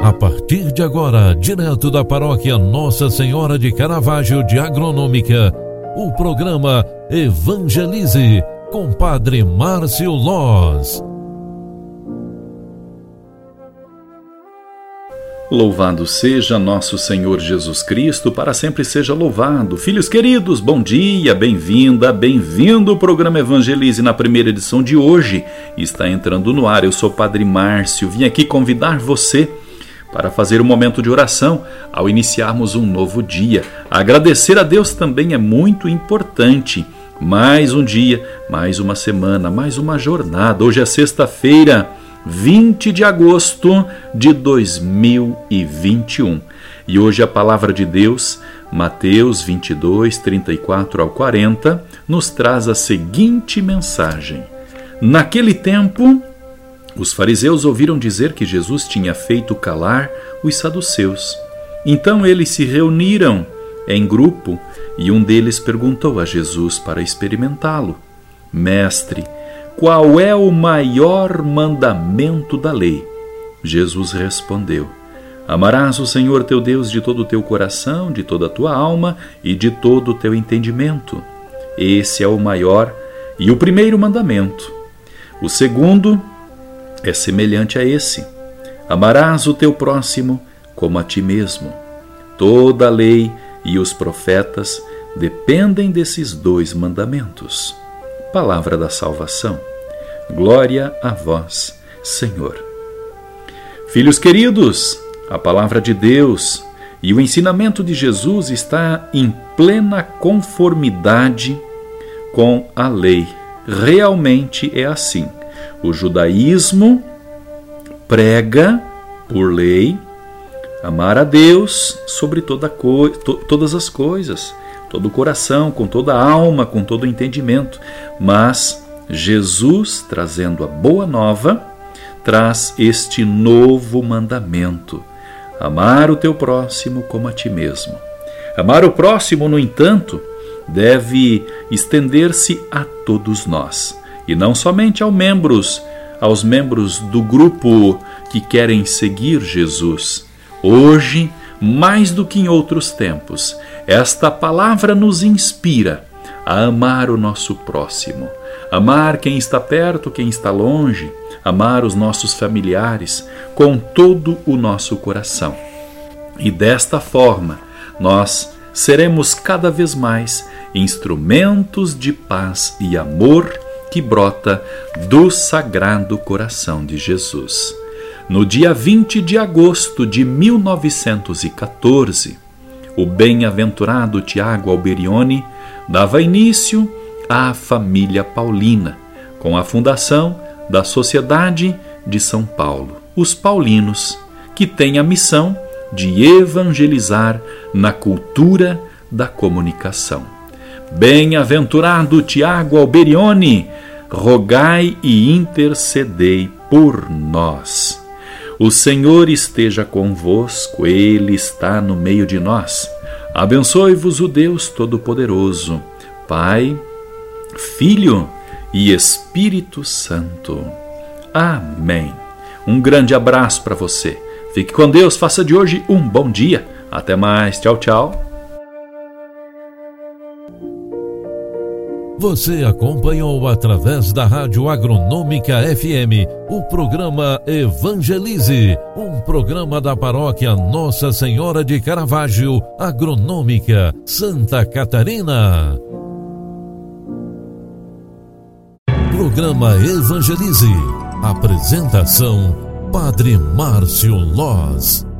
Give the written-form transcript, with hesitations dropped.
A partir de agora, direto da paróquia Nossa Senhora de Caravaggio de Agronômica, o programa Evangelize com Padre Márcio Loz. Louvado seja nosso Senhor Jesus Cristo, para sempre seja louvado. Filhos queridos, bom dia, bem-vinda, bem-vindo. O programa Evangelize na primeira edição de hoje está entrando no ar. Eu sou Padre Márcio, vim aqui convidar você para fazer um momento de oração ao iniciarmos um novo dia. Agradecer a Deus também é muito importante. Mais um dia, mais uma semana, mais uma jornada. Hoje é sexta-feira, 20 de agosto de 2021. E hoje a palavra de Deus, Mateus 22, 34 ao 40, nos traz a seguinte mensagem. Naquele tempo, os fariseus ouviram dizer que Jesus tinha feito calar os saduceus. Então eles se reuniram em grupo e um deles perguntou a Jesus para experimentá-lo: Mestre, qual é o maior mandamento da lei? Jesus respondeu: Amarás o Senhor teu Deus de todo o teu coração, de toda a tua alma e de todo o teu entendimento. Esse é o maior e o primeiro mandamento. O segundo é semelhante a esse: amarás o teu próximo como a ti mesmo. Toda a lei e os profetas dependem desses dois mandamentos. Palavra da salvação. Glória a vós, Senhor. Filhos queridos, a palavra de Deus e o ensinamento de Jesus está em plena conformidade com a lei. Realmente é assim. O judaísmo prega, por lei, amar a Deus sobre todas as coisas, todo o coração, com toda a alma, com todo o entendimento. Mas Jesus, trazendo a boa nova, traz este novo mandamento: amar o teu próximo como a ti mesmo. Amar o próximo, no entanto, deve estender-se a todos nós, e não somente aos membros do grupo que querem seguir Jesus. Hoje, mais do que em outros tempos, esta palavra nos inspira a amar o nosso próximo, amar quem está perto, quem está longe, amar os nossos familiares com todo o nosso coração. E desta forma, nós seremos cada vez mais instrumentos de paz e amor que brota do Sagrado Coração de Jesus. No dia 20 de agosto de 1914, o bem-aventurado Tiago Alberione dava início à família paulina, com a fundação da Sociedade de São Paulo, os paulinos, que têm a missão de evangelizar na cultura da comunicação. Bem-aventurado Tiago Alberione, rogai e intercedei por nós. O Senhor esteja convosco, Ele está no meio de nós. Abençoe-vos o Deus Todo-Poderoso, Pai, Filho e Espírito Santo. Amém. Um grande abraço para você. Fique com Deus, faça de hoje um bom dia. Até mais, tchau, tchau. Você acompanhou através da Rádio Agronômica FM o programa Evangelize, um programa da paróquia Nossa Senhora de Caravaggio, Agronômica, Santa Catarina. Programa Evangelize. Apresentação: Padre Márcio Loz.